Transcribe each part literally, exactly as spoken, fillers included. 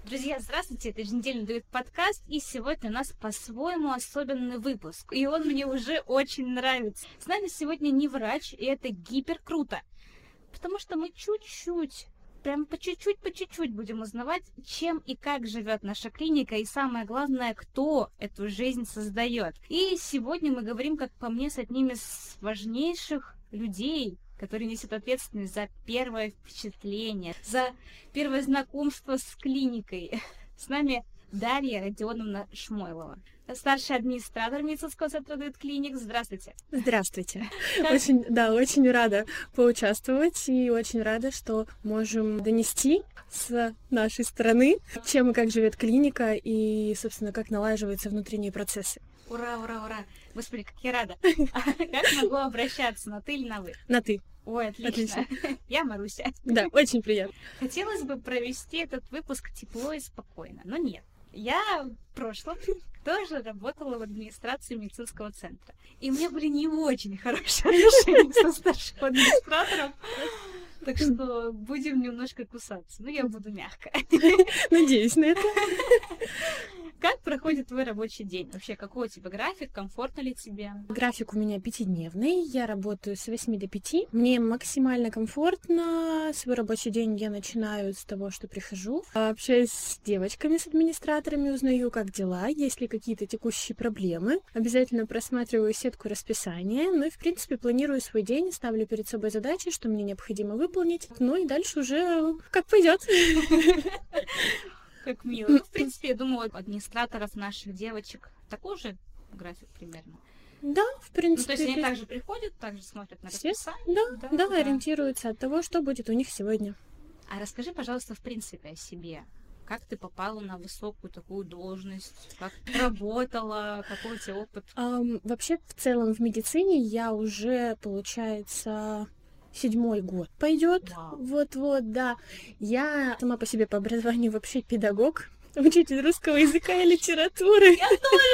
Друзья, здравствуйте, это «Еженедельный дуэт» подкаст, и сегодня у нас по-своему особенный выпуск, и он мне уже очень нравится. С нами сегодня не врач, и это гипер круто, потому что мы чуть-чуть, прям по чуть-чуть, по чуть-чуть будем узнавать, чем и как живет наша клиника, и самое главное, кто эту жизнь создает. И сегодня мы говорим, как по мне, с одним из важнейших людей, который несет ответственность за первое впечатление, за первое знакомство с клиникой. С нами Дарья Родионовна Шмойлова, старший администратор медицинского центра «Дуэт Клиник». Здравствуйте. Здравствуйте. Очень, да, очень рада поучаствовать и очень рада, что можем донести с нашей стороны, чем и как живет клиника и, собственно, как налаживаются внутренние процессы. Ура, ура, ура! Господи, как я рада! Как могу обращаться, на ты или на вы? На ты. Ой, отлично. отлично. Я Маруся. Да, очень приятно. Хотелось бы провести этот выпуск тепло и спокойно, но нет. Я в прошлом тоже работала в администрации медицинского центра. И у меня были не очень хорошие отношения со старшим администратором. Так что будем немножко кусаться. Ну, я буду мягко. Надеюсь на это. Как проходит твой рабочий день? Вообще, какой у тебя график? Комфортно ли тебе? График у меня пятидневный. Я работаю с восьми до пяти. Мне максимально комфортно. Свой рабочий день я начинаю с того, что прихожу. Общаюсь с девочками, с администраторами, узнаю, как дела, есть ли какие-то текущие проблемы. Обязательно просматриваю сетку расписания. Ну и, в принципе, планирую свой день, ставлю перед собой задачи, что мне необходимо выполнить. Ну и дальше уже как пойдет. Как мило. Ну, в принципе, я думаю, у администраторов наших девочек такой же график примерно. Да, в принципе. Ну, то есть они также приходят, также смотрят на расписание. Да, да, да, да, ориентируются от того, что будет у них сегодня. А расскажи, пожалуйста, в принципе о себе. Как ты попала на высокую такую должность? Как ты работала? Какой у тебя опыт? Um, вообще, в целом, в медицине я уже, получается... седьмой год пойдет. Вот-вот, да. Я сама по себе по образованию вообще педагог, учитель русского языка и литературы. Я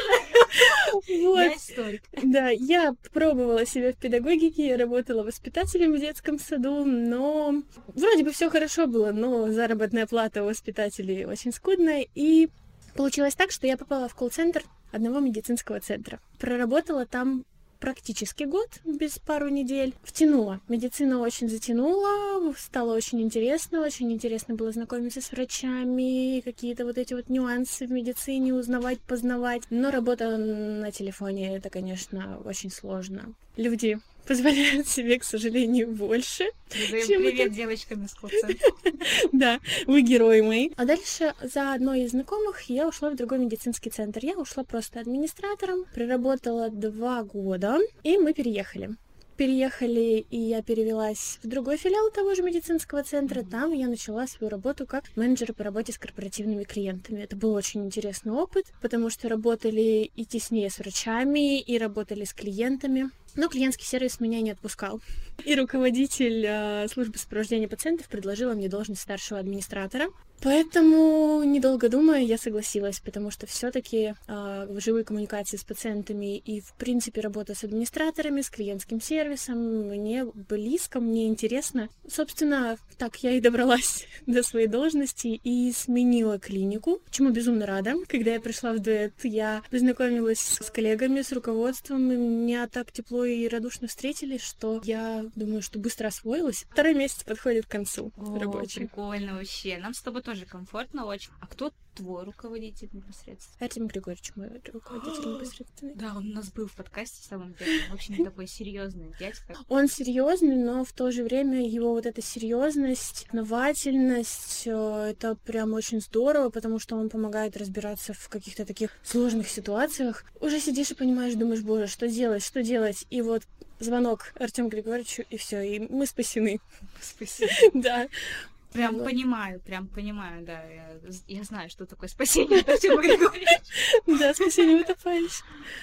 тоже! Вот. Я историк. Да, я пробовала себя в педагогике, я работала воспитателем в детском саду, но вроде бы все хорошо было, но заработная плата у воспитателей очень скудная, и получилось так, что я попала в колл-центр одного медицинского центра. Проработала там практически год, без пару недель. Втянула. Медицина очень затянула, стало очень интересно, очень интересно было знакомиться с врачами, какие-то вот эти вот нюансы в медицине узнавать, познавать. Но работа на телефоне, это, конечно, очень сложно. Люди позволяют себе, к сожалению, больше. Привет это... девочкам из колл-центра. Да, вы герои мои. А дальше за одной из знакомых я ушла в другой медицинский центр. Я ушла просто администратором, проработала два года, и мы переехали. Переехали, и я перевелась в другой филиал того же медицинского центра. Там я начала свою работу как менеджер по работе с корпоративными клиентами. Это был очень интересный опыт, потому что работали и теснее с врачами, и работали с клиентами. Но клиентский сервис меня не отпускал. И руководитель э, службы сопровождения пациентов предложила мне должность старшего администратора. Поэтому, недолго думая, я согласилась, потому что все-таки э, живые коммуникации с пациентами и, в принципе, работа с администраторами, с клиентским сервисом мне близко, мне интересно. Собственно, так я и добралась до своей должности и сменила клинику, чему безумно рада. Когда я пришла в дуэт, я познакомилась с коллегами, с руководством, и меня так тепло и радушно встретили, что я думаю, что быстро освоилась. Второй месяц подходит к концу. О, рабочий. Прикольно вообще. Нам с тобой тоже комфортно очень. А кто твой руководитель непосредственно? Артем Григорьевич, мой руководитель непосредственный. Да, он у нас был в подкасте, в самом деле. Очень такой серьезный дядька. Он серьезный, но в то же время его вот эта серьезность, основательность, это прям очень здорово, потому что он помогает разбираться в каких-то таких сложных ситуациях. Уже сидишь и понимаешь, думаешь, боже, что делать, что делать? И вот звонок Артему Григорьевичу, и все, и мы спасены. Спасибо. Да. Прям вот. понимаю, прям понимаю, да. Я, я знаю, что такое спасение от Артема Григорьевича. Да, спасение утопающих.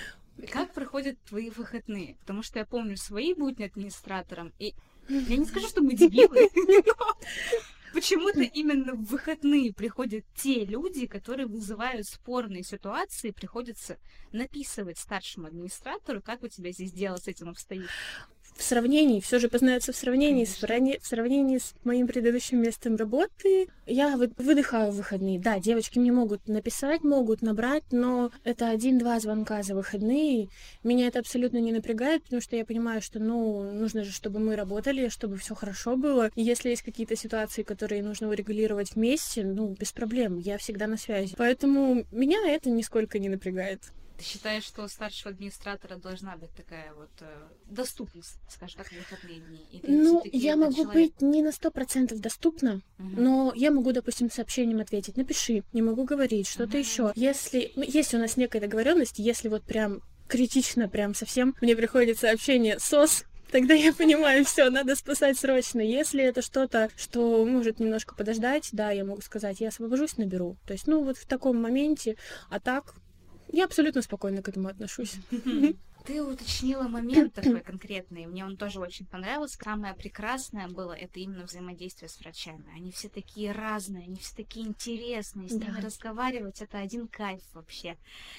Как проходят твои выходные? Потому что я помню свои будни администратором, и я не скажу, что мы дебилы, но почему-то именно в выходные приходят те люди, которые вызывают спорные ситуации, приходится написывать старшему администратору, как у тебя здесь дело с этим обстоит. в сравнении, все же познается в сравнении, с, в сравнении с моим предыдущим местом работы. Я вы, выдыхаю в выходные. Да, девочки мне могут написать, могут набрать, но это один-два звонка за выходные. Меня это абсолютно не напрягает, потому что я понимаю, что, ну, нужно же, чтобы мы работали, чтобы все хорошо было. И если есть какие-то ситуации, которые нужно урегулировать вместе, ну, без проблем, я всегда на связи. Поэтому меня это нисколько не напрягает. Ты считаешь, что у старшего администратора должна быть такая вот э, доступность, скажем так, в выходные дни? Или ну, я могу человек... быть не на сто процентов доступна, угу. но я могу, допустим, сообщением ответить, напиши, не могу говорить, что-то угу. еще. Если, ну, есть у нас некая договоренность, если вот прям критично, прям совсем, мне приходит сообщение «сос», тогда я понимаю, все, надо спасать срочно. Если это что-то, что может немножко подождать, да, я могу сказать, я освобожусь, наберу. То есть, ну, вот в таком моменте, а так... Я абсолютно спокойно к этому отношусь. Ты уточнила момент такой конкретный, мне он тоже очень понравился. Самое прекрасное было это именно взаимодействие с врачами. Они все такие разные, они все такие интересные, с да. ними разговаривать это один кайф вообще.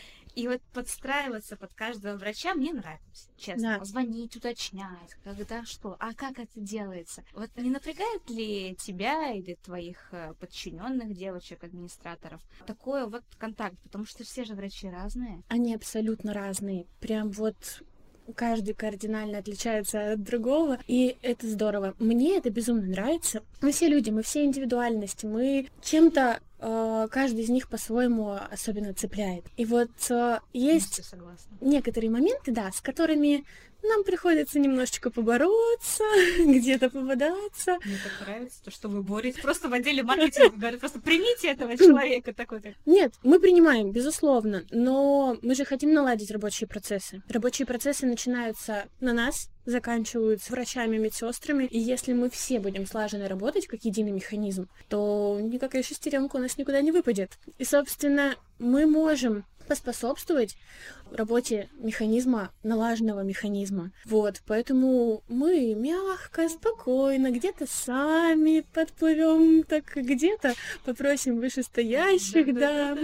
И вот подстраиваться под каждого врача мне нравится, честно. Да. Звонить, уточнять, когда что, а как это делается. Вот не напрягает ли тебя или твоих подчиненных девочек, администраторов, такой вот контакт? Потому что все же врачи разные. Они абсолютно разные. Прям вот... Каждый кардинально отличается от другого, и это здорово. Мне это безумно нравится. Мы все люди, мы все индивидуальности, мы чем-то э, каждый из них по-своему особенно цепляет. И вот э, есть некоторые моменты, да, с которыми нам приходится немножечко побороться, где-то пободаться. Мне так нравится, то, что вы боретесь. Просто в отделе маркетинга говорят, просто примите этого человека такой. Нет, мы принимаем, безусловно, но мы же хотим наладить рабочие процессы. Рабочие процессы начинаются на нас, заканчиваются врачами, медсестрами, и если мы все будем слаженно работать как единый механизм, то никакая шестеренка у нас никуда не выпадет. И, собственно, мы можем поспособствовать работе механизма, налаженного механизма. Вот, поэтому мы мягко, спокойно, где-то сами подплывем, так где-то попросим вышестоящих, да,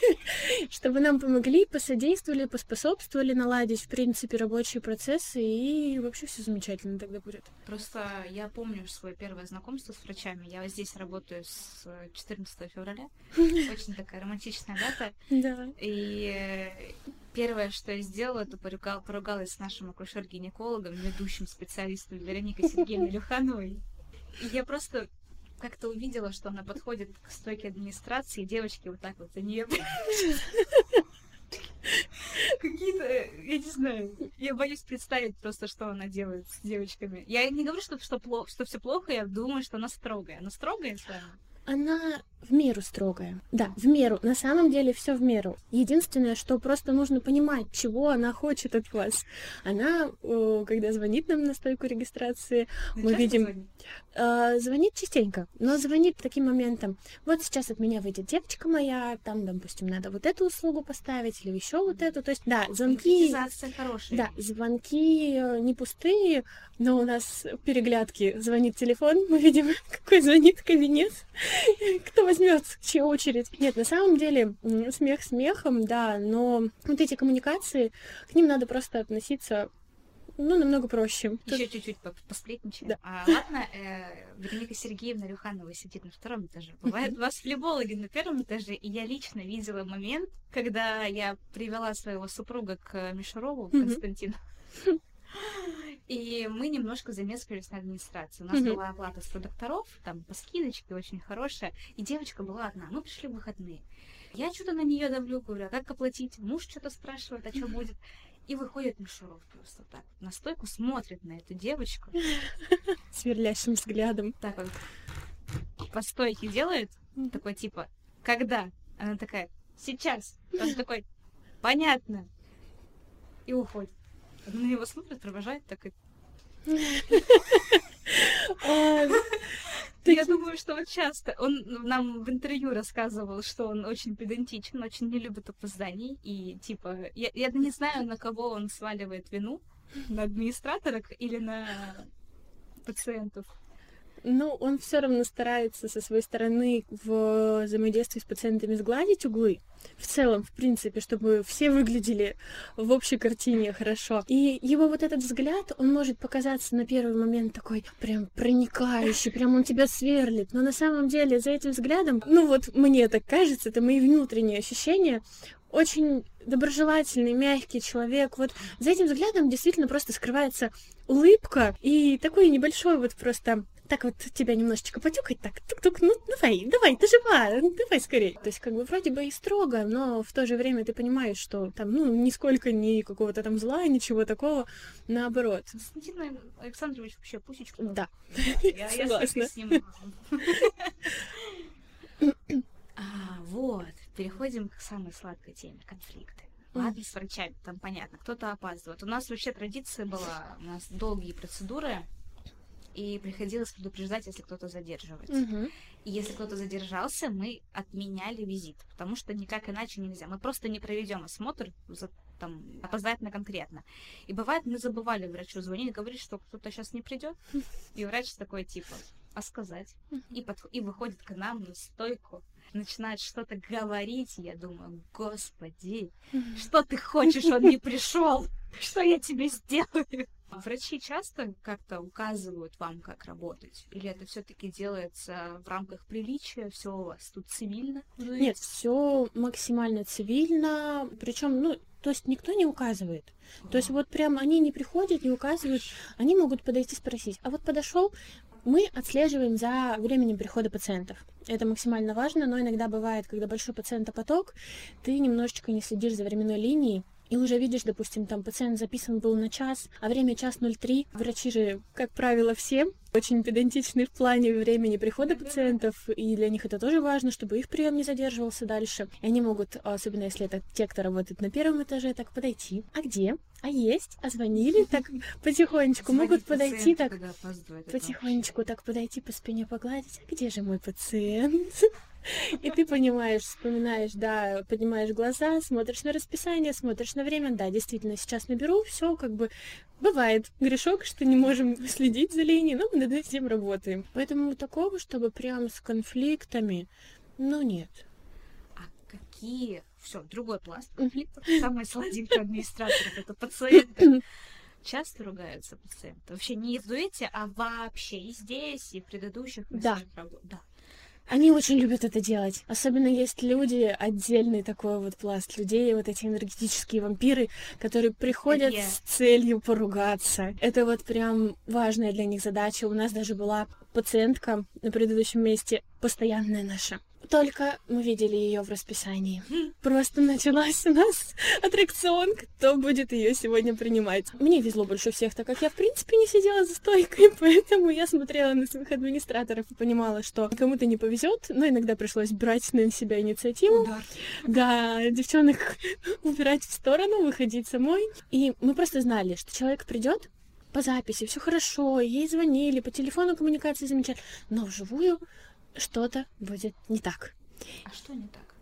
чтобы нам помогли, посодействовали, поспособствовали наладить, в принципе, рабочие процессы, и вообще все замечательно тогда будет. Просто я помню свое первое знакомство с врачами. Я здесь работаю с четырнадцатого февраля. Очень такая романтичная дата. Да. И первое, что я сделала, это поругал, поругалась с нашим акушер-гинекологом, ведущим специалистом Вероникой Сергеевной Люхановой. И я просто как-то увидела, что она подходит к стойке администрации, и девочки вот так вот за нее. Какие-то, я не знаю, я боюсь представить просто, что она делает с девочками. Я не говорю, что, что, плохо, что все плохо, я думаю, что она строгая. Она строгая с вами? Она в меру строгая. Да, в меру. На самом деле все в меру. Единственное, что просто нужно понимать, чего она хочет от вас. Она, когда звонит нам на стойку регистрации, Ты мы видим... Звонит? Звонит частенько, но звонит таким моментом. Вот сейчас от меня выйдет девочка моя, там, допустим, надо вот эту услугу поставить или еще вот эту. То есть, да, звонки... хорошая. Да, звонки не пустые, но у нас переглядки. Звонит телефон, мы видим, какой звонит кабинет. Кто возьмет, чья очередь? Нет, на самом деле, смех смехом, да, но вот эти коммуникации, к ним надо просто относиться, ну, намного проще. Еще Тут... чуть-чуть посплетничаем. Да. А, ладно, э, Вероника Сергеевна Люханова сидит на втором этаже. Бывает, у вас флебологи на первом этаже, и я лично видела момент, когда я привела своего супруга к Мишурову, Константину. И мы немножко замескались на администрации. У нас mm-hmm. была оплата с продукторов, там по скидочке очень хорошая, и девочка была одна. Мы пришли в выходные. Я что-то на нее давлю, говорю, а как оплатить? Муж что-то спрашивает, а что будет? И выходит Мишуров просто так, на стойку смотрит на эту девочку. Сверлящим взглядом. Так вот, по стойке делает, mm-hmm. такой типа, когда? Она такая, сейчас. Он такой, понятно. И уходит. Она на него смотрит, провожает, так и... Я думаю, что вот часто он нам в интервью рассказывал, что он очень педантичен, очень не любит опозданий, и типа, я, я не знаю, на кого он сваливает вину, на администраторов или на пациентов. Ну, он все равно старается со своей стороны в взаимодействии с пациентами сгладить углы. В целом, в принципе, чтобы все выглядели в общей картине хорошо. И его вот этот взгляд, он может показаться на первый момент такой прям проникающий, прям он тебя сверлит. Но на самом деле за этим взглядом, ну вот мне так кажется, это мои внутренние ощущения, очень доброжелательный, мягкий человек. Вот за этим взглядом действительно просто скрывается улыбка и такой небольшой вот просто... Так вот тебя немножечко потюкать, так, тук-тук, ну давай, давай, ты жива, давай скорее. То есть как бы вроде бы и строго, но в то же время ты понимаешь, что там, ну, нисколько ни какого-то там зла, ничего такого, наоборот. Константин Александрович вообще пусечку. Да, я согласна. с ним. А, вот, переходим к самой сладкой теме, конфликты. Ладно, с врачами, там понятно, кто-то опаздывает. У нас вообще традиция была, у нас долгие процедуры, и приходилось предупреждать, если кто-то задерживается. Угу. И если кто-то задержался, мы отменяли визит, потому что никак иначе нельзя. Мы просто не проведем осмотр, за, там, опоздать на конкретно. И бывает, мы забывали врачу звонить, говорить, что кто-то сейчас не придет, и врач такой типа, а сказать? И, под, и выходит к нам на стойку, начинает что-то говорить, и я думаю, господи, что ты хочешь, он не пришел, что я тебе сделаю? Врачи часто как-то указывают вам, как работать? Или это все-таки делается в рамках приличия? Все у вас тут цивильно? Нет, все максимально цивильно. Причем, ну, то есть никто не указывает. То есть вот прям они не приходят, не указывают, они могут подойти спросить. А вот подошел, мы отслеживаем за временем прихода пациентов. Это максимально важно, но иногда бывает, когда большой пациентопоток, ты немножечко не следишь за временной линией, и уже видишь, допустим, там пациент записан был на час, а время час ноль три. Врачи же, как правило, все очень педантичны в плане времени прихода пациентов, и для них это тоже важно, чтобы их прием не задерживался дальше. И они могут, особенно если это те, кто работает на первом этаже, так подойти. А где? А есть? А звонили? Так потихонечку могут подойти, так потихонечку так подойти, по спине погладить. А где же мой пациент? И ты понимаешь, вспоминаешь, да, поднимаешь глаза, смотришь на расписание, смотришь на время, да, действительно, сейчас наберу, все как бы бывает грешок, что не можем следить за линией, но мы над этим работаем. Поэтому такого, чтобы прям с конфликтами, ну нет. А какие... Все, другой пласт конфликтов. Самый сладенький администраторов — это пациенты. Часто ругаются пациенты? Вообще не в дуэте, а вообще и здесь, и в предыдущих да. работах. Да. Они очень любят это делать. Особенно есть люди, отдельный такой вот пласт людей, вот эти энергетические вампиры, которые приходят yeah. с целью поругаться. Это вот прям важная для них задача. У нас даже была пациентка на предыдущем месте, постоянная наша. Только мы видели ее в расписании. Просто началась у нас аттракцион, кто будет ее сегодня принимать. Мне везло больше всех, так как я, в принципе, не сидела за стойкой, поэтому я смотрела на своих администраторов и понимала, что кому-то не повезет, но иногда пришлось брать на себя инициативу. Удар. Да, девчонок убирать в сторону, выходить самой. И мы просто знали, что человек придет по записи, все хорошо, ей звонили, по телефону коммуникации замечательно, но вживую что-то будет не так. А что не так?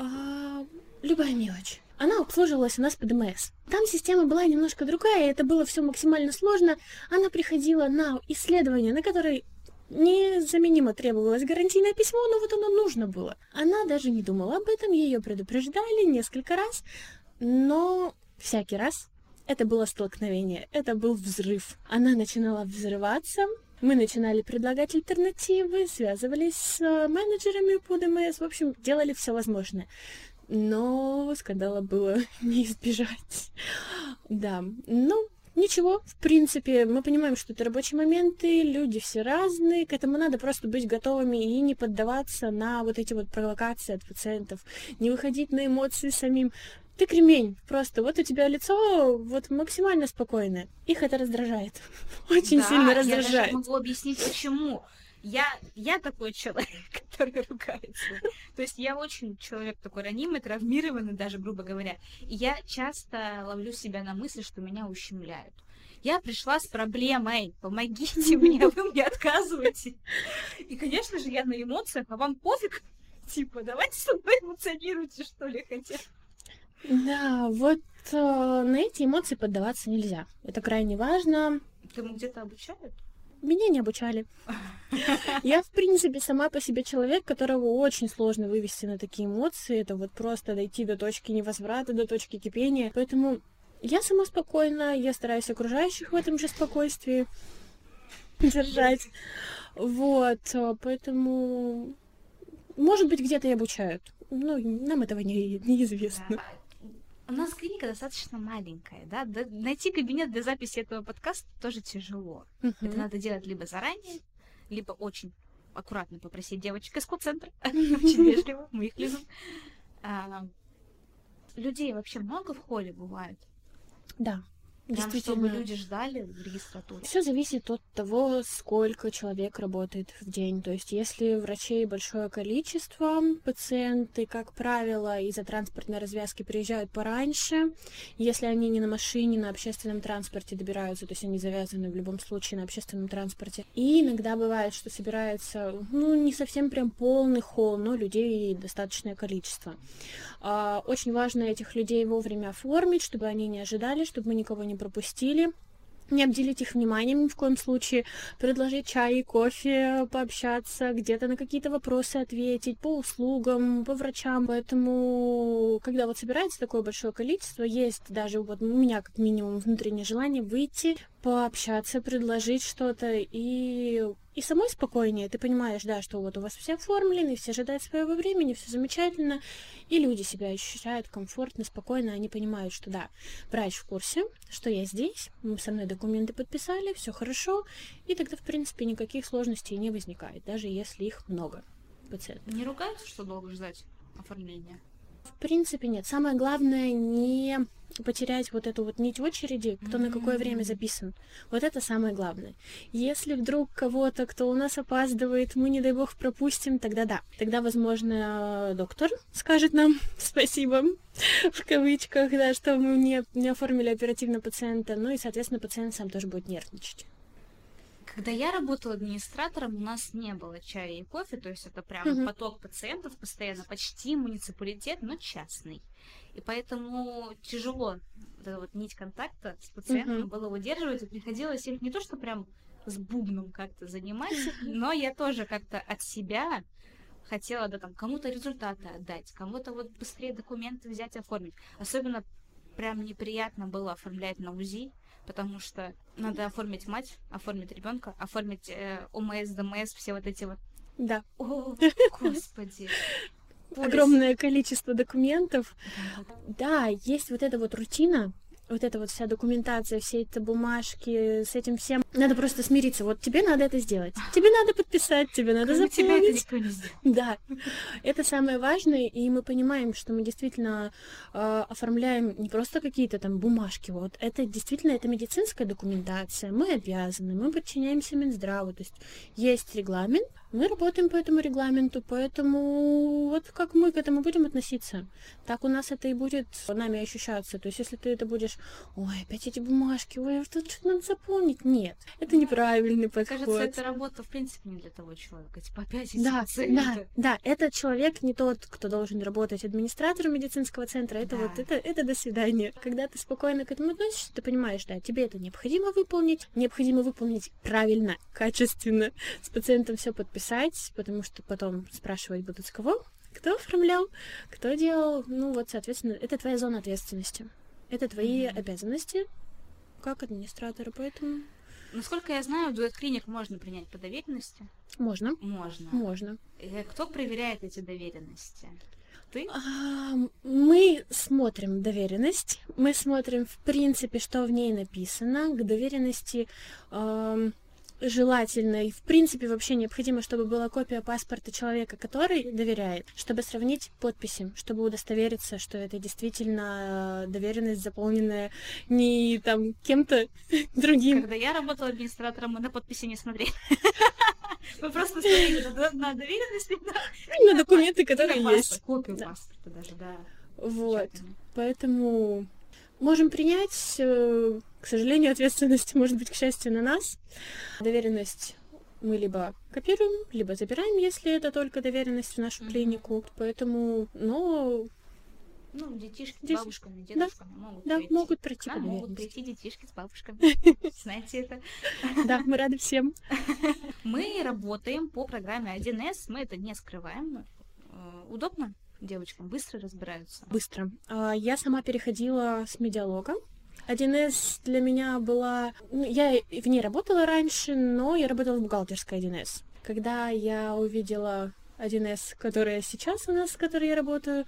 А, любая мелочь. Она обслуживалась у нас по ДМС. Там система была немножко другая, и это было все максимально сложно. Она приходила на исследование, на которое незаменимо требовалось гарантийное письмо, но вот оно нужно было. Она даже не думала об этом, ее предупреждали несколько раз, но всякий раз это было столкновение, это был взрыв. Она начинала взрываться. Мы начинали предлагать альтернативы, связывались с менеджерами по ДМС, в общем, делали все возможное. Но скандала было не избежать. Да, ну, ничего, в принципе, мы понимаем, что это рабочие моменты, люди все разные, к этому надо просто быть готовыми и не поддаваться на вот эти вот провокации от пациентов, не выходить на эмоции самим. Ты кремень, просто вот у тебя лицо вот максимально спокойное. Их это раздражает. Очень да, сильно раздражает. Я даже могу объяснить, почему. Я, я такой человек, который ругается. То есть я очень человек такой ранимый, травмированный даже, грубо говоря. И я часто ловлю себя на мысли, что меня ущемляют. Я пришла с проблемой, помогите мне, вы мне отказываете. И, конечно же, я на эмоциях, а вам пофиг? Типа, давайте со мной эмоционируйте, что ли, хотя. Да, вот э, на эти эмоции поддаваться нельзя. Это крайне важно. Этому где-то обучают? Меня не обучали. Я, в принципе, сама по себе человек, которого очень сложно вывести на такие эмоции. Это вот просто дойти до точки невозврата, до точки кипения. Поэтому я сама спокойна, я стараюсь окружающих в этом же спокойствии держать. Вот, поэтому, может быть, где-то и обучают. Но нам этого не, неизвестно. Да. У нас клиника достаточно маленькая, да? Найти кабинет для записи этого подкаста тоже тяжело. Uh-huh. Это надо делать либо заранее, либо очень аккуратно попросить девочек из колл-центра. Очень вежливо, мы их любим. Людей вообще много в холле бывает? Да. Прям, чтобы люди ждали в регистратуре. Все зависит от того, сколько человек работает в день. То есть, если врачей большое количество, пациенты, как правило, из-за транспортной развязки приезжают пораньше. Если они не на машине, на общественном транспорте добираются, то есть они завязаны в любом случае на общественном транспорте. И иногда бывает, что собирается, ну, не совсем прям полный холл, но людей достаточное количество. Очень важно этих людей вовремя оформить, чтобы они не ожидали, чтобы мы никого не пропустили, не обделить их вниманием ни в коем случае, предложить чай и кофе, пообщаться, где-то на какие-то вопросы ответить, по услугам, по врачам. Поэтому, когда вот собирается такое большое количество, есть даже вот у меня как минимум внутреннее желание выйти, пообщаться, предложить что-то, и, и самой спокойнее. Ты понимаешь, да, что вот у вас все оформлены, все ожидают своего времени, все замечательно, и люди себя ощущают комфортно, спокойно, они понимают, что да, врач в курсе, что я здесь, мы со мной документы подписали, все хорошо, и тогда, в принципе, никаких сложностей не возникает, даже если их много пациентов. Не ругаются, что долго ждать оформления? В принципе, нет. Самое главное не потерять вот эту вот нить очереди, кто mm-hmm. на какое время записан. Вот это самое главное. Если вдруг кого-то, кто у нас опаздывает, мы, не дай бог, пропустим, тогда да. Тогда, возможно, доктор скажет нам спасибо, в кавычках, да, что мы не, не оформили оперативно пациента. Ну и, соответственно, пациент сам тоже будет нервничать. Когда я работала администратором, у нас не было чая и кофе, то есть это прям uh-huh. поток пациентов постоянно, почти муниципалитет, но частный. И поэтому тяжело вот эту вот нить контакта с пациентом uh-huh. было выдерживать, и приходилось их не то что прям с бубном как-то занимать, но я тоже как-то от себя хотела, да, там, кому-то результаты отдать, кому-то вот быстрее документы взять, оформить. Особенно прям неприятно было оформлять на УЗИ, потому что надо оформить мать, оформить ребенка, оформить э, ОМС, ДМС, все вот эти вот. Да. О, господи. Огромное количество документов. Да, есть вот эта вот рутина, вот эта вот вся документация, все эти бумажки, с этим всем. Надо просто смириться. Вот тебе надо это сделать. Тебе надо подписать, тебе надо заполнить. Тебя это никто не сделает. Да. Это самое важное, и мы понимаем, что мы действительно э, оформляем не просто какие-то там бумажки. Вот это действительно это медицинская документация. Мы обязаны, мы подчиняемся Минздраву. То есть есть регламент, мы работаем по этому регламенту, поэтому вот как мы к этому будем относиться, так у нас это и будет нами ощущаться. То есть если ты это будешь, ой, опять эти бумажки, ой, тут что-то надо заполнить. Нет, это неправильный подход. Кажется, эта работа в принципе не для того человека. Типа опять эти да, пациенты. Да, да, этот человек не тот, кто должен работать администратором медицинского центра. Это да. вот, это, это до свидания. Когда ты спокойно к этому относишься, ты понимаешь, да, тебе это необходимо выполнить, необходимо выполнить правильно, качественно, с пациентом все подписать, потому что потом спрашивать будут с кого, кто оформлял, кто делал. Ну вот, соответственно, это твоя зона ответственности. Это твои mm-hmm. обязанности как администратора, поэтому... Насколько я знаю, дуэт-клиник можно принять по доверенности? Можно. Можно. Можно. И кто проверяет эти доверенности? Ты? А, мы смотрим доверенность. Мы смотрим, в принципе, что в ней написано. К доверенности... Эм... желательно и, в принципе, вообще необходимо, чтобы была копия паспорта человека, который доверяет, чтобы сравнить подписи, чтобы удостовериться, что это действительно доверенность, заполненная не там кем-то другим. Когда я работала администратором, мы на подписи не смотрели. Мы просто смотрели на доверенность, на документы, которые есть. Копию паспорта даже, да. Вот. Поэтому... можем принять, к сожалению, ответственность может быть, к счастью, на нас. Доверенность мы либо копируем, либо забираем, если это только доверенность в нашу mm-hmm. клинику. Поэтому, но Ну, детишки с Здесь- бабушками, дедушками могут Да, прийти. могут К прийти нам по могут доверенности. прийти детишки с бабушками. Знаете это? Да, мы рады всем. Мы работаем по программе один эс, мы это не скрываем. Э, Удобно девочкам, быстро разбираются. Быстро. А, Я сама переходила с медиалога. один эс для меня была... ну, я и в ней работала раньше, но я работала в бухгалтерской один эс. Когда я увидела один эс, которая сейчас у нас, с которой я работаю,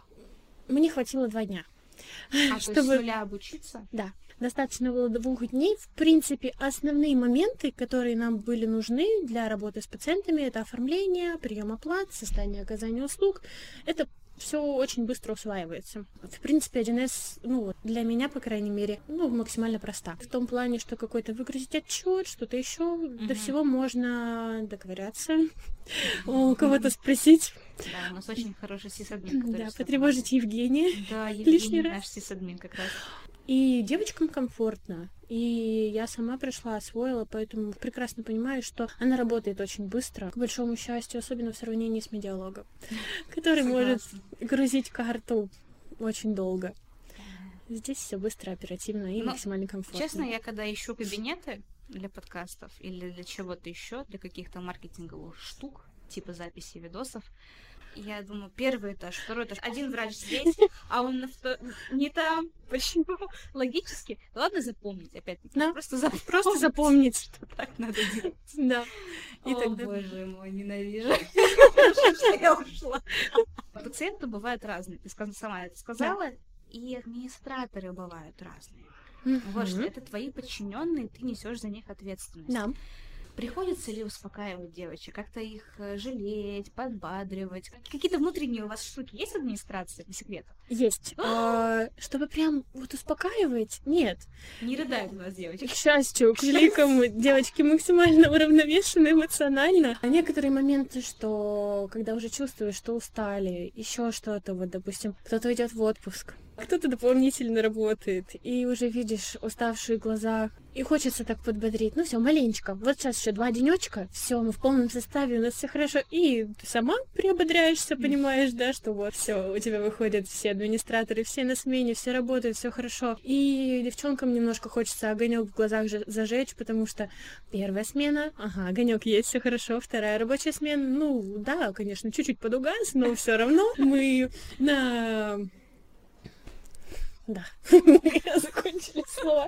мне хватило два дня. А, то есть с Чтобы... нуля обучиться? Да, достаточно было двух дней. В принципе, основные моменты, которые нам были нужны для работы с пациентами, это оформление, прием оплат, состояние оказания услуг. Это все очень быстро усваивается. В принципе, один эс, ну, вот для меня, по крайней мере, ну, максимально проста. В том плане, что какой-то выгрузить отчет, что-то еще, до Мгм. всего можно договориться, у кого-то спросить, Да, у нас очень хороший сисадмин, который да, всё потревожить Евгения. помогает. Да, лишний Евгений раз. наш сисадмин как раз. И девочкам комфортно. И я сама пришла, освоила, поэтому прекрасно понимаю, что она работает очень быстро, к большому счастью, особенно в сравнении с медиалогом, который может Согласна. грузить карту очень долго. Здесь все быстро, оперативно и Но, максимально комфортно. Честно, я когда ищу кабинеты для подкастов или для чего-то еще, для каких-то маркетинговых штук, типа записи видосов, я думаю, первый этаж, второй этаж, один врач здесь, а он на вто- не там. Почему? Логически. Ладно запомнить, опять-таки. Да. Просто запомнить. Просто запомнить. что так надо делать. Да. И О, тогда... боже мой, ненавижу. Хорошо, что я ушла. Пациенты бывают разные. Ты сказ- сама это сказала. И администраторы бывают разные. Вот что Мгм. это твои подчиненные, ты несешь за них ответственность. Да. Приходится ли успокаивать девочек, как-то их э, жалеть, подбадривать? Какие-то внутренние у вас штуки есть в администрации, не секрет? Есть. А, чтобы прям вот успокаивать, нет. Не рыдают у нас девочки. К счастью, к великому, девочки максимально уравновешены эмоционально. А некоторые моменты, что когда уже чувствуешь, что устали, еще что-то, вот, допустим, кто-то идет в отпуск, кто-то дополнительно работает, и уже видишь уставшие глаза, и хочется так подбодрить. Ну все, маленечко. Вот сейчас еще два денечка, все, мы в полном составе, у нас все хорошо. И ты сама приободряешься, понимаешь, да, что вот все, у тебя выходят все администраторы, все на смене, все работают, все хорошо. И девчонкам немножко хочется огонек в глазах же- зажечь, потому что первая смена, ага, огонек есть, все хорошо. Вторая рабочая смена, ну да, конечно, чуть-чуть подугас, но все равно мы на... Да, закончили слово.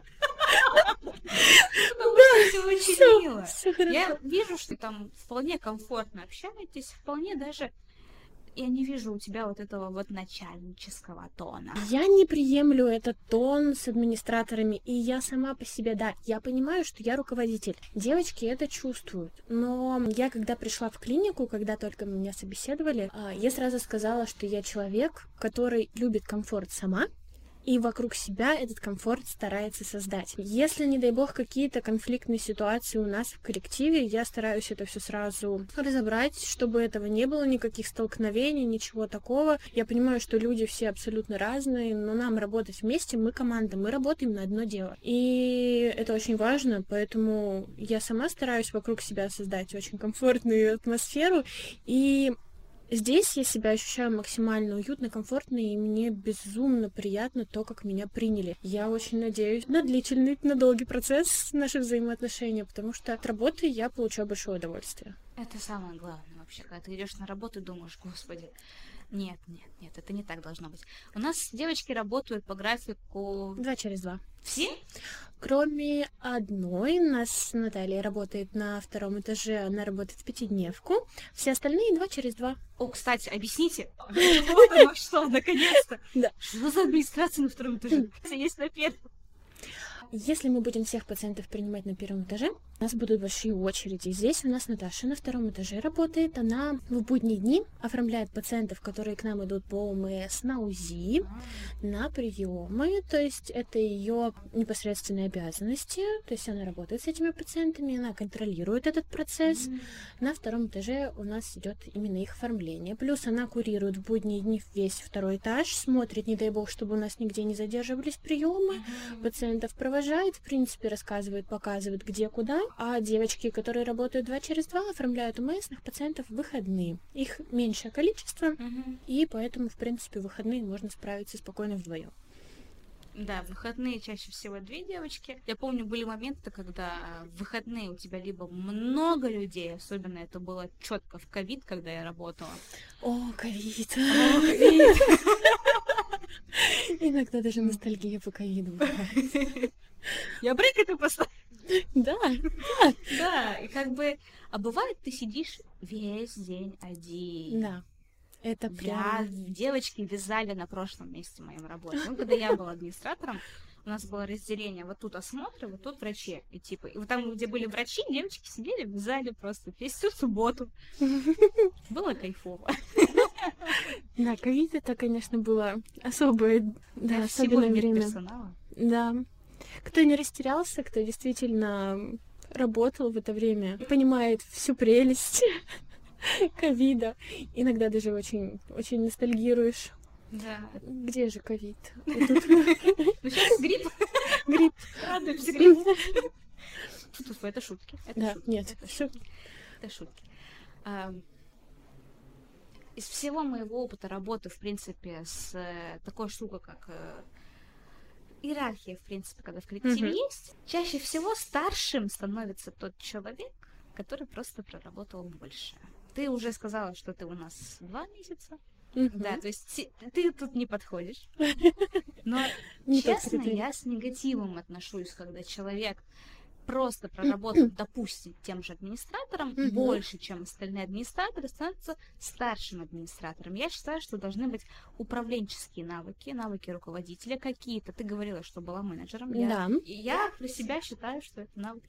Потому что все очень Всё, мило. всё хорошо. Я вижу, что там вполне комфортно общаетесь, вполне даже... Я не вижу у тебя вот этого вот начальнического тона. Я не приемлю этот тон с администраторами, и я сама по себе, да, я понимаю, что я руководитель. Девочки это чувствуют, но я когда пришла в клинику, когда только меня собеседовали, а, я сразу сказала, что я человек, который любит комфорт сама, и вокруг себя этот комфорт старается создать. Если, не дай бог, какие-то конфликтные ситуации у нас в коллективе, я стараюсь это все сразу разобрать, чтобы этого не было, никаких столкновений, ничего такого. Я понимаю, что люди все абсолютно разные, но нам работать вместе, мы команда, мы работаем на одно дело. И это очень важно, поэтому я сама стараюсь вокруг себя создать очень комфортную атмосферу, и здесь я себя ощущаю максимально уютно, комфортно, и мне безумно приятно то, как меня приняли. Я очень надеюсь на длительный, на долгий процесс наших взаимоотношений, потому что от работы я получаю большое удовольствие. Это самое главное вообще, когда ты идешь на работу и думаешь, господи, нет, нет, нет, это не так должно быть. У нас девочки работают по графику... Два через два. Все? Кроме одной, у нас с Натальей работает на втором этаже, она работает в пятидневку. Все остальные два через два. О, кстати, объясните. Вот оно что, наконец-то. Да. Что за администрация на втором этаже? Есть на первом. Если мы будем всех пациентов принимать на первом этаже, у нас будут большие очереди. Здесь у нас Наташа на втором этаже работает. Она в будние дни оформляет пациентов, которые к нам идут по ОМС, на УЗИ, на приемы. То есть это ее непосредственные обязанности. То есть она работает с этими пациентами, она контролирует этот процесс. На втором этаже у нас идет именно их оформление. Плюс она курирует в будние дни весь второй этаж, смотрит, не дай бог, чтобы у нас нигде не задерживались приемы, пациентов провожает, в принципе, рассказывает, показывает, где, куда. а девочки, которые работают два через два, оформляют у местных пациентов в выходные. Их меньшее количество, Мгм. и поэтому, в принципе, в выходные можно справиться спокойно вдвоем. Да, в выходные чаще всего две девочки. Я помню, были моменты, когда в выходные у тебя либо много людей, особенно это было четко в ковид, когда я работала. О, ковид. О, ковид! Иногда даже ностальгия по ковиду бывает. Я брейк это поставила. Да, Да, и как бы... А бывает, ты сидишь весь день один. да. Это Я, прям... девочки вязали на прошлом месте моей работы. Ну, когда я была администратором, у нас было разделение. Вот тут осмотры, вот тут врачи. И типа, и вот там, где были врачи, девочки сидели, вязали просто всю субботу. Было кайфово. Да, ковид это, конечно, было особое, да, Для всего особенное время. медперсонала. Да. Кто не растерялся, кто действительно работал в это время, понимает всю прелесть ковида. Иногда даже очень, очень ностальгируешь. Да. Где же ковид? Ну, сейчас грипп. Грипп. Радуемся гриппу. Фу, это шутки. Это Да, шутки. нет, Это всё. шутки. Это шутки. А, Из всего моего опыта работы, в принципе, с э, такой штукой, как э, иерархия, в принципе, когда в коллективе Мгм. есть, чаще всего старшим становится тот человек, который просто проработал больше. Ты уже сказала, что ты у нас два месяца. Мгм. Да, то есть ти- ты тут не подходишь. Но, Не тот честно, критерий. я с негативом отношусь, когда человек просто проработал, допустим, тем же администратором Мгм. больше, чем остальные администраторы, становится старшим администратором. Я считаю, что должны быть управленческие навыки, навыки руководителя какие-то. Ты говорила, что была менеджером. Я, Да. и я про себя считаю, что это навыки.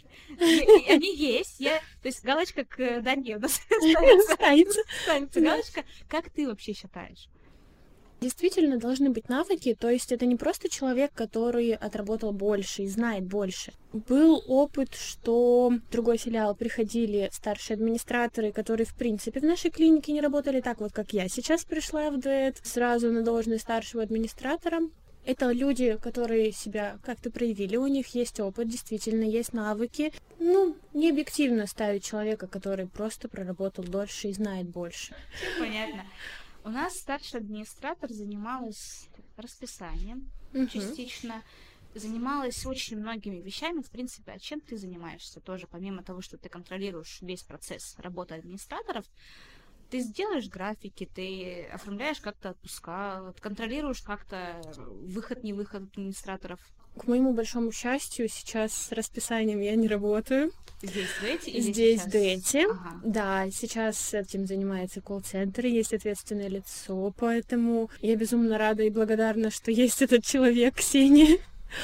И они есть. Я, то есть галочка к Дане у нас ставится. Ставится. Ставится галочка. Как ты вообще считаешь? Действительно должны быть навыки, то есть это не просто человек, который отработал больше и знает больше. Был опыт, что в другой филиал приходили старшие администраторы, которые, в принципе, в нашей клинике не работали так вот, как я сейчас пришла в дуэт, сразу на должность старшего администратора. Это люди, которые себя как-то проявили, у них есть опыт, действительно есть навыки. Ну, не объективно ставить человека, который просто проработал дольше и знает больше. Всё понятно. У нас старший администратор занималась расписанием Мгм. частично, занималась очень многими вещами. В принципе, а чем ты занимаешься тоже, помимо того, что ты контролируешь весь процесс работы администраторов, ты сделаешь графики, ты оформляешь как-то отпуска, вот контролируешь как-то выход-невыход администраторов. К моему большому счастью, сейчас с расписанием я не работаю. Здесь в дуэте или Здесь сейчас? в дуэте. Ага. Да, сейчас этим занимается колл-центр, есть ответственное лицо, поэтому я безумно рада и благодарна, что есть этот человек, Ксения.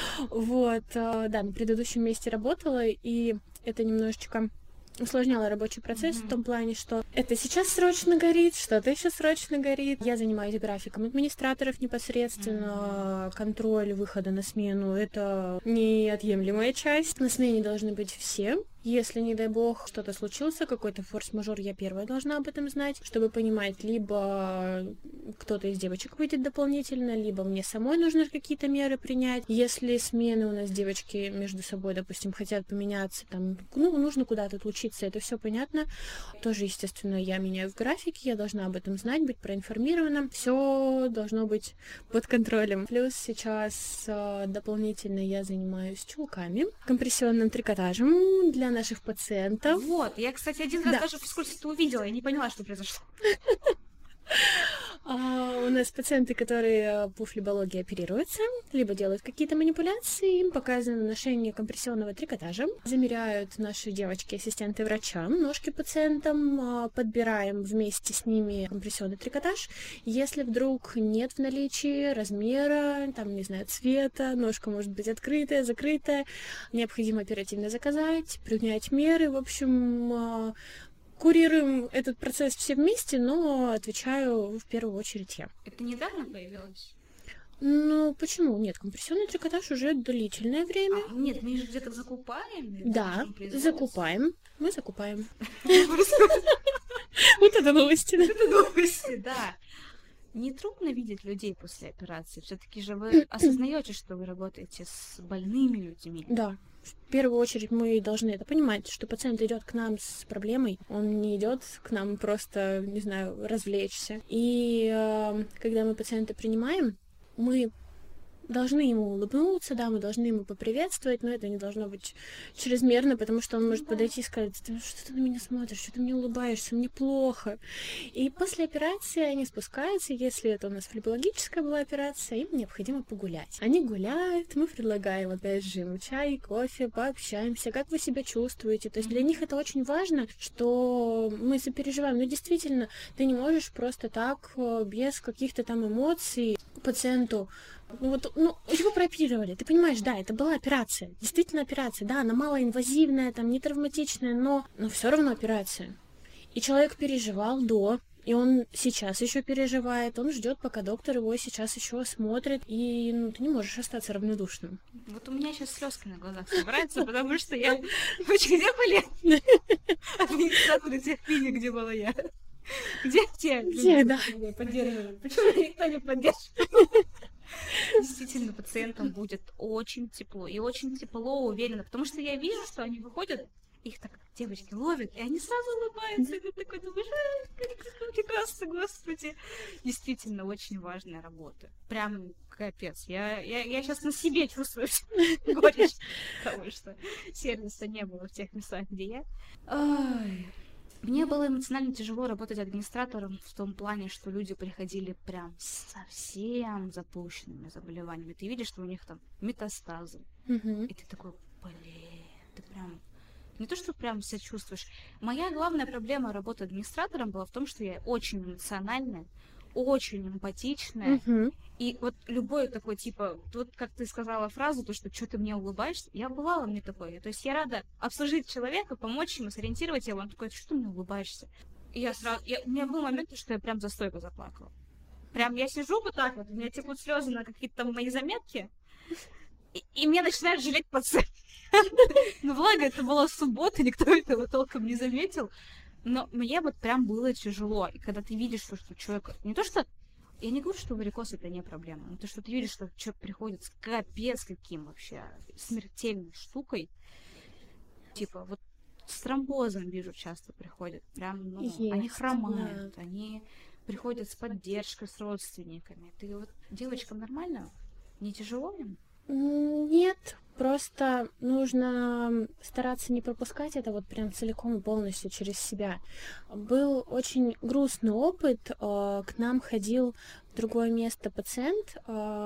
Вот, а, да, на предыдущем месте работала, и это немножечко усложняло рабочий процесс Мгм. в том плане, что это сейчас срочно горит, что-то еще срочно горит. Я занимаюсь графиком администраторов непосредственно, контроль выхода на смену — это неотъемлемая часть. На смене должны быть все. Если, не дай бог, что-то случилось, какой-то форс-мажор, я первая должна об этом знать, чтобы понимать, либо кто-то из девочек выйдет дополнительно, либо мне самой нужно какие-то меры принять. Если смены у нас девочки между собой, допустим, хотят поменяться, там, ну, нужно куда-то отлучиться, это все понятно. Тоже, естественно, я меняю в графике, я должна об этом знать, быть проинформирована. Все должно быть под контролем. Плюс сейчас э, дополнительно я занимаюсь чулками, компрессионным трикотажем для наших пациентов. Вот, я, кстати, один раз Да. даже физкультуру увидела, я не поняла, что произошло. А, у нас пациенты, которые по флебологии оперируются, либо делают какие-то манипуляции, им показано ношение компрессионного трикотажа. Замеряют наши девочки-ассистенты врача ножки пациентам, а, подбираем вместе с ними компрессионный трикотаж. Если вдруг нет в наличии размера, там, не знаю, цвета, ножка может быть открытая, закрытая, необходимо оперативно заказать, принять меры. В общем, а, курируем этот процесс все вместе, но отвечаю в первую очередь я. Это недавно появилось? Ну, почему? Нет, компрессионный трикотаж уже длительное время. А, нет, мы же где-то закупаем. или Да, там производится? закупаем. Мы закупаем. Вот это новости. Это новости, да. Не трудно видеть людей после операции. Все-таки же вы осознаете, что вы работаете с больными людьми. Да, в первую очередь мы должны это понимать, что пациент идет к нам с проблемой, он не идет к нам просто, не знаю, развлечься. И э, когда мы пациента принимаем, мы должны ему улыбнуться, да, мы должны ему поприветствовать, но это не должно быть чрезмерно, потому что он может подойти и сказать: что ты на меня смотришь, что ты мне улыбаешься, мне плохо. И после операции они спускаются, если это у нас флебологическая была операция, им необходимо погулять. Они гуляют, мы предлагаем, опять же, им чай, кофе, пообщаемся, как вы себя чувствуете. То есть для них это очень важно, что мы сопереживаем. Но действительно, ты не можешь просто так, без каких-то там эмоций пациенту. Ну, вот, ну, его прооперировали, ты понимаешь, да, это была операция, действительно операция, да, она малоинвазивная, там, не травматичная, но, но все равно операция. И человек переживал до, и он сейчас еще переживает, он ждет, пока доктор его сейчас еще осмотрит, и ну, ты не можешь остаться равнодушным. Вот у меня сейчас слезки на глазах собираются, потому что я... Где были администраторы тех клиник, где была я? Где те? Где, да. Поддерживают. Почему никто не поддерживает? Действительно, пациентам будет очень тепло. И очень тепло, уверенно. Потому что я вижу, что они выходят, их так девочки ловят, и они сразу улыбаются. И ты такой думаешь: как прекрасно, господи. Действительно, очень важная работа. Прям капец. Я, я, я сейчас на себе чувствую горечь, потому что сервиса не было в тех местах, где я. Ой. Мне было эмоционально тяжело работать администратором в том плане, что люди приходили прям совсем запущенными заболеваниями. Ты видишь, что у них там метастазы. Mm-hmm. И ты такой: блин, ты прям... Не то, что прям себя чувствуешь. Моя главная проблема работы администратором была в том, что я очень эмоциональная, очень эмпатичная. Mm-hmm. И вот любой такой, типа, вот как ты сказала фразу, то, что что ты мне улыбаешься, я бывала мне такое. То есть я рада обслужить человека, помочь ему, сориентировать его. Он такой: что ты мне улыбаешься? И я сразу... Я... У меня был момент, что я прям за стойку заплакала. Прям я сижу вот так вот, у меня текут слезы на какие-то там мои заметки, и, и меня начинает жалеть пациент. Ну, благо, это была суббота, никто этого толком не заметил. Но мне вот прям было тяжело. И когда ты видишь, что, что человек... Не то, что... Я не говорю, что варикоз это не проблема, но то, что ты видишь, что человек приходит с капец каким вообще смертельной штукой. Типа, вот с тромбозом, вижу, часто приходят. Прям, ну, Есть, они хромают, да. они приходят с поддержкой, с родственниками. Ты вот девочкам нормально? Не тяжело им? Нет, просто нужно стараться не пропускать это вот прям целиком и полностью через себя. Был очень грустный опыт. К нам ходил в другое место пациент,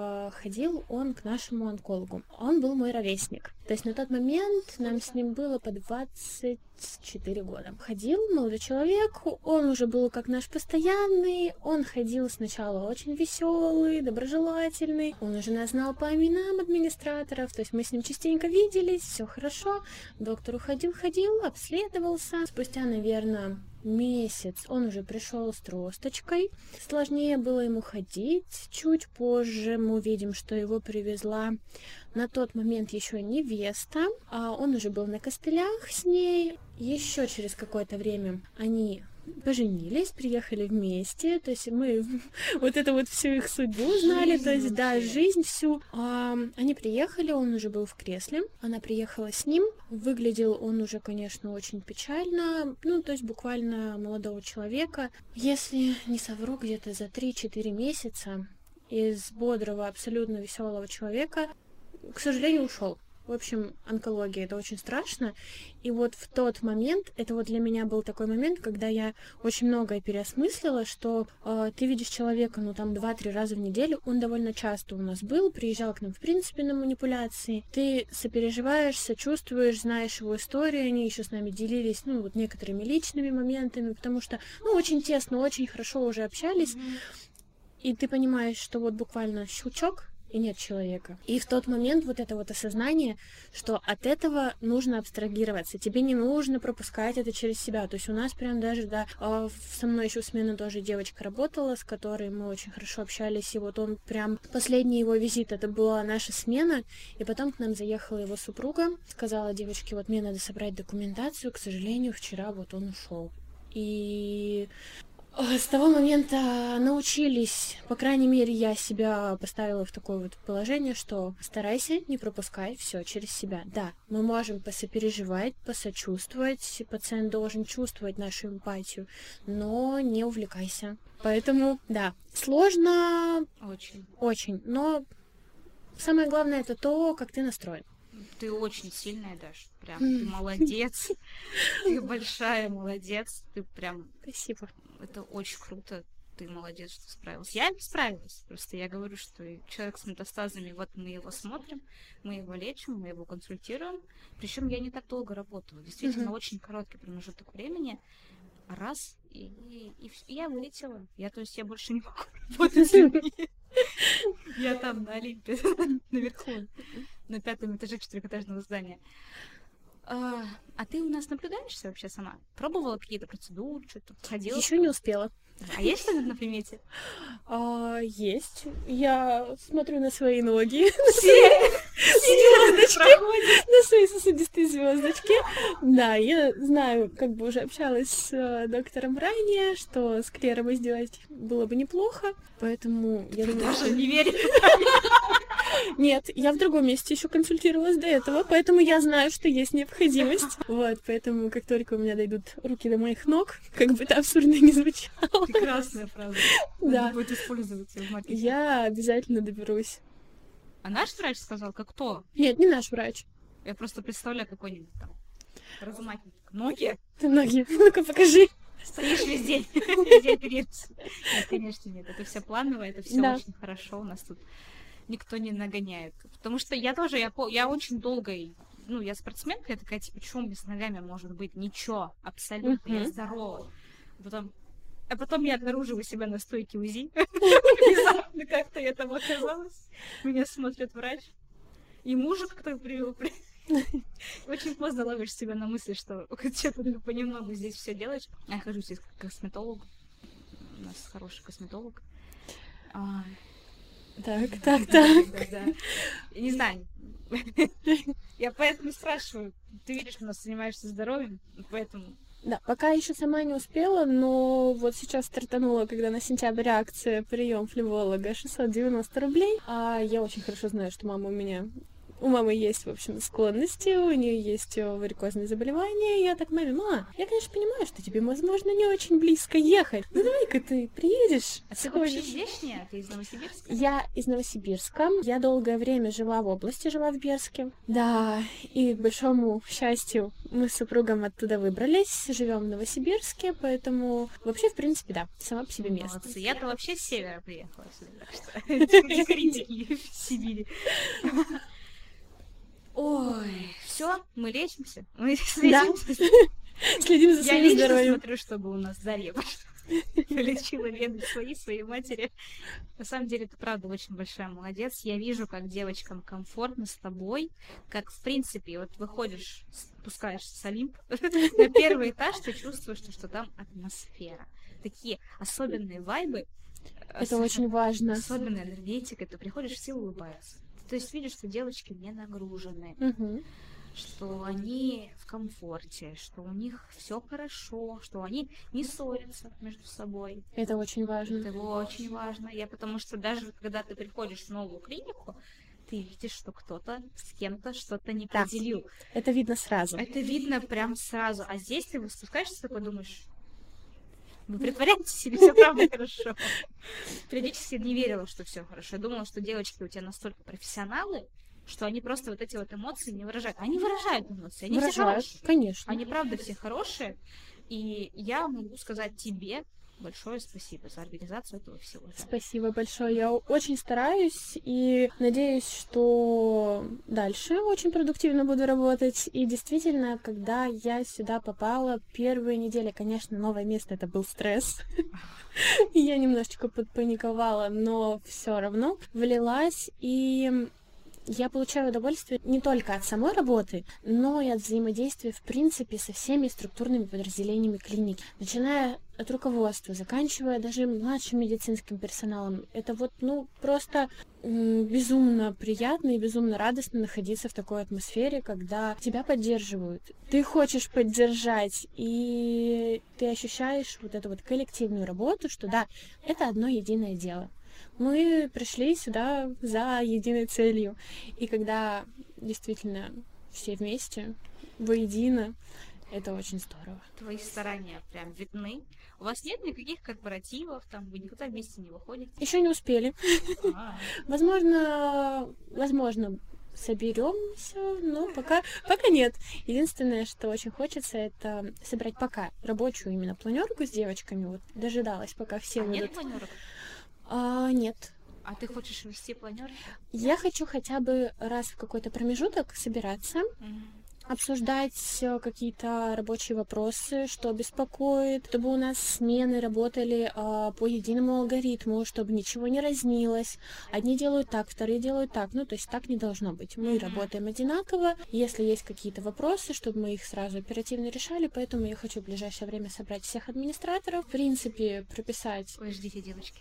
ходил он к нашему онкологу. Он был мой ровесник. То есть на тот момент нам с ним было по двадцать четыре года. Ходил молодой человек, он уже был как наш постоянный, он ходил сначала очень веселый, доброжелательный, он уже нас знал по именам администраторов, то есть мы с ним частенько виделись, все хорошо. Доктор уходил, ходил, обследовался. Спустя, наверное, месяц он уже пришел с тросточкой. Сложнее было ему ходить. Чуть позже мы увидим, что его привезла на тот момент еще невеста, а он уже был на костылях с ней. Еще через какое-то время они поженились, приехали вместе, то есть мы вот это вот всю их судьбу знали, жизнь то есть, вообще. Да, жизнь всю. А, они приехали, он уже был в кресле, она приехала с ним, выглядел он уже, конечно, очень печально, ну, то есть буквально молодого человека. Если не совру, где-то за три-четыре месяца из бодрого, абсолютно веселого человека, к сожалению, ушел. В общем, онкология — это очень страшно. И вот в тот момент, это вот для меня был такой момент, когда я очень многое переосмыслила, что э, ты видишь человека, ну, там, два-три раза в неделю, он довольно часто у нас был, приезжал к нам, в принципе, на манипуляции. Ты сопереживаешь, сочувствуешь, знаешь его историю, они еще с нами делились, ну, вот некоторыми личными моментами, потому что, ну, очень тесно, очень хорошо уже общались. Mm-hmm. И ты понимаешь, что вот буквально щелчок, и нет человека. И в тот момент вот это вот осознание, что от этого нужно абстрагироваться, тебе не нужно пропускать это через себя. То есть у нас прям даже, да, со мной еще в смену тоже девочка работала, с которой мы очень хорошо общались, и вот он прям, последний его визит, это была наша смена, и потом к нам заехала его супруга, сказала девочке: вот мне надо собрать документацию, к сожалению, вчера вот он ушел. И С того момента научились, по крайней мере, я себя поставила в такое вот положение, что старайся не пропускай все через себя. Да, мы можем посопереживать, посочувствовать, пациент должен чувствовать нашу эмпатию, но не увлекайся. Поэтому, да, сложно, Очень. очень, но самое главное это то, как ты настроен. Ты очень сильная, Даш. Прям ты молодец. Ты большая молодец. Ты прям... Спасибо. Это очень круто. Ты молодец, что справилась. Я не справилась. Просто я говорю, что человек с метастазами, вот мы его смотрим, мы его лечим, мы его консультируем. Причем я не так долго работала. Действительно, mm-hmm. очень короткий промежуток времени. Раз, и, и, и, и я вылетела. Я, то есть, я больше не могу работать с людьми. Я там на Олимпе, наверху, на пятом этаже четырехэтажного здания. А, а ты у нас наблюдаешься вообще сама? Пробовала какие-то процедуры, что-то ходила? Еще не успела. А есть что-то на примете? А, есть. Я смотрю на свои ноги. Все звездочки. На свои сосудистые звездочки. Да, я знаю, как бы уже общалась с доктором ранее, что склером сделать было бы неплохо. Поэтому я думаю, даже не верю. Нет, я в другом месте еще консультировалась до этого, поэтому я знаю, что есть необходимость. Вот, поэтому как только у меня дойдут руки до моих ног, как бы это абсурдно не звучало. Прекрасная фраза. Да. Надо будет использовать ее в маркетинге. Я обязательно доберусь. А наш врач сказал, как кто? Нет, не наш врач. Я просто представляю какой-нибудь там размахивает ноги. Ноги, ну-ка покажи. Стоишь весь день, весь день перед... Нет, конечно, нет. Это все планово, это все да. очень хорошо. У нас тут никто не нагоняет. Потому что я тоже, я, я очень долго, ну, я спортсменка, я такая, типа, что у меня с ногами может быть? Ничего, абсолютно, uh-huh. я здорова. Потом... А потом я обнаружила себя на стойке УЗИ. Внезапно как-то я там оказалась. Меня смотрит врач. И мужа как-то привел. Очень поздно ловишь себя на мысли, что что-то понемногу здесь все делаешь. Я хожу здесь к косметологу. У нас хороший косметолог. А... Так, так, так. Да, да. Я не знаю. Я поэтому спрашиваю. Ты видишь, что у нас занимаешься здоровьем, поэтому... Да, пока еще сама не успела, но вот сейчас стартанула, когда на сентябрь акция прием флеболога шестьсот девяносто рублей. А я очень хорошо знаю, что мама у меня... У мамы есть, в общем, склонности, у нее есть варикозные заболевания. Я так маме: мама, я, конечно, понимаю, что тебе, возможно, не очень близко ехать. Ну давай-ка ты приедешь. А ты вообще здешняя? Ты из Новосибирска? Я из Новосибирска. Я долгое время жила в области, жила в Берске. Да, и к большому счастью мы с супругом оттуда выбрались, живем в Новосибирске, поэтому вообще, в принципе, да, сама по себе место. Молодцы. Я-то вообще с севера приехала сюда, так что не критики в Сибири. Ой, все, мы лечимся, мы следим, да. следим за своим здоровьем. Я лично смотрю, чтобы у нас Дарья полечила вены свои, своей матери. На самом деле, ты правда очень большая молодец. Я вижу, как девочкам комфортно с тобой, как, в принципе, вот выходишь, спускаешься с Олимпа на первый этаж, ты чувствуешь, что там атмосфера. Такие особенные вайбы. Это очень важно. Особенная энергетика. Ты приходишь, все улыбаются. То есть видишь, что девочки не нагружены, угу. что они в комфорте, что у них все хорошо, что они не ссорятся между собой. Это очень важно. Это очень важно. Я потому что даже когда ты приходишь в новую клинику, ты видишь, что кто-то с кем-то что-то не да. поделил. Это видно сразу. Это видно прям сразу. А здесь ты спускаешься, такой думаешь: вы притворяетесь или все правда хорошо? Периодически не верила, что все хорошо. Я думала, что девочки у тебя настолько профессионалы, что они просто вот эти вот эмоции не выражают. Они выражают эмоции, они выражают, все хорошие. Конечно. Они правда все хорошие. И я могу сказать тебе большое спасибо за организацию этого всего. Спасибо большое. Я очень стараюсь и надеюсь, что дальше очень продуктивно буду работать. И действительно, когда я сюда попала, первые недели, конечно, новое место — это был стресс. Я немножечко подпаниковала, но все равно влилась. И Я получаю удовольствие не только от самой работы, но и от взаимодействия, в принципе, со всеми структурными подразделениями клиники. Начиная от руководства, заканчивая даже младшим медицинским персоналом. Это вот, ну, просто м, безумно приятно и безумно радостно находиться в такой атмосфере, когда тебя поддерживают. Ты хочешь поддержать, и ты ощущаешь вот эту вот коллективную работу, что да, это одно единое дело. Мы пришли сюда за единой целью. И когда действительно все вместе, воедино, это очень здорово. Твои старания прям видны. У вас нет никаких корпоративов, там вы никуда вместе не выходите? Еще не успели. А, Возможно, возможно, соберемся, но пока, пока нет. Единственное, что очень хочется, это собрать пока рабочую именно планерку с девочками. Вот дожидалась, пока все а будут. нет планерок? А, нет. А ты хочешь вести планерки? Я хочу хотя бы раз в какой-то промежуток собираться, обсуждать э, какие-то рабочие вопросы, что беспокоит, чтобы у нас смены работали э, по единому алгоритму, чтобы ничего не разнилось. Одни делают так, вторые делают так. Ну, то есть так не должно быть. Мы работаем одинаково. Если есть какие-то вопросы, чтобы мы их сразу оперативно решали, поэтому я хочу в ближайшее время собрать всех администраторов, в принципе, прописать. Ой, ждите, девочки.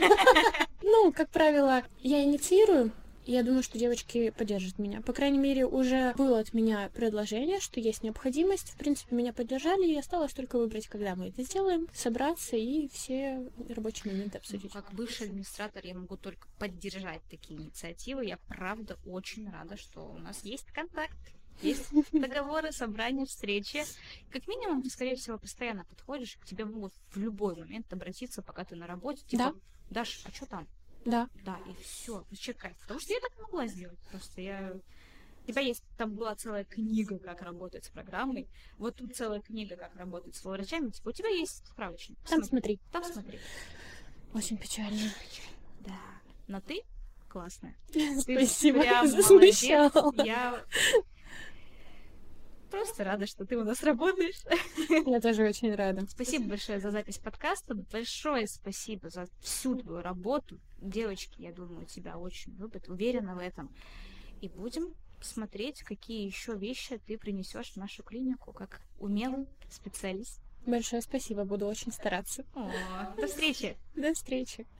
Ну, как правило, я инициирую. Я думаю, что девочки поддержат меня. По крайней мере, уже было от меня предложение, что есть необходимость. В принципе, меня поддержали, и осталось только выбрать, когда мы это сделаем, собраться и все рабочие моменты обсудить. Как бывший администратор я могу только поддержать такие инициативы. Я правда очень рада, что у нас есть контакт, есть договоры, собрания, встречи. Как минимум, ты, скорее всего, постоянно подходишь, к тебе могут в любой момент обратиться, пока ты на работе. Типа, Да. Даш, а что там? Да. Да, и все. Чекай. Потому что я так могла сделать. Просто я... У тебя есть, там была целая книга, как работать с программой. Вот тут целая книга, как работать с врачами. Типа, у тебя есть справочник. Там смотри. Там смотри. Очень печально. Да. Но ты классная. Спасибо. Прям Засмущал. молодец. Я просто рада, что ты у нас работаешь. Я тоже очень рада. Спасибо большое за запись подкаста. Большое спасибо за всю твою работу. Девочки, я думаю, тебя очень любят, уверена в этом. И будем смотреть, какие еще вещи ты принесешь в нашу клинику, как умелый специалист. Большое спасибо, буду очень стараться. О, до встречи! До встречи.